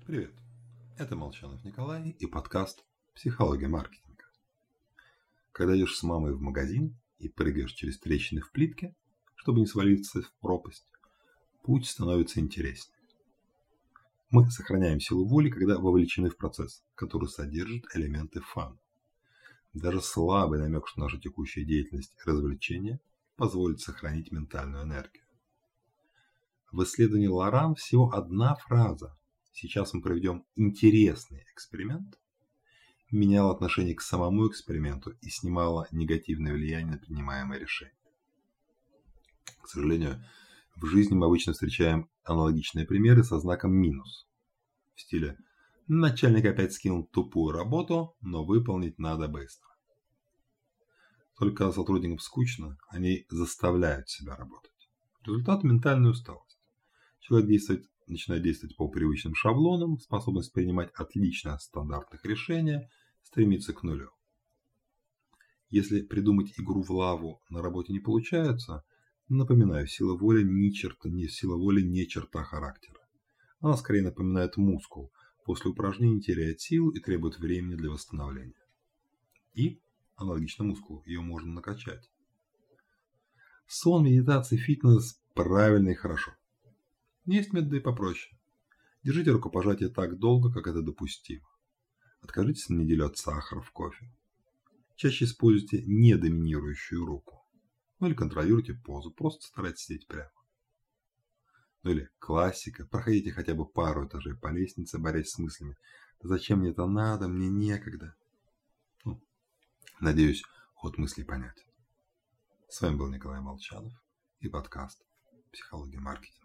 Привет, это Молчанов Николай и подкаст «Психология маркетинга». Когда идешь с мамой в магазин и прыгаешь через трещины в плитке, чтобы не свалиться в пропасть, путь становится интереснее. Мы сохраняем силу воли, когда вовлечены в процесс, который содержит элементы фан. Даже слабый намек, что наша текущая деятельность и развлечение позволит сохранить ментальную энергию. В исследовании Лоран всего одна фраза «Сейчас мы проведем интересный эксперимент» меняла отношение к самому эксперименту и снимала негативное влияние на принимаемое решение. К сожалению, в жизни мы обычно встречаем аналогичные примеры со знаком минус. В стиле «начальник опять скинул тупую работу, но выполнить надо быстро». Только когда сотрудникам скучно, они заставляют себя работать. Результат – ментальная усталость. Человек начинает действовать по привычным шаблонам, способность принимать отлично от стандартных решений стремится к нулю. Если придумать игру в лаву на работе не получается, напоминаю, сила воли не черта характера. Она скорее напоминает мускул, после упражнений теряет силу и требует времени для восстановления. И, аналогично мускулу, ее можно накачать. Сон, медитация, фитнес правильно и хорошо. Есть методы попроще. Держите рукопожатие так долго, как это допустимо. Откажитесь на неделю от сахара в кофе. Чаще используйте недоминирующую руку. Ну или контролируйте позу, просто старайтесь сидеть прямо. Ну или классика, проходите хотя бы пару этажей по лестнице, борясь с мыслями. Да зачем мне это надо, мне некогда. Надеюсь, ход мыслей понятен. С вами был Николай Молчанов и подкаст «Психология маркетинга».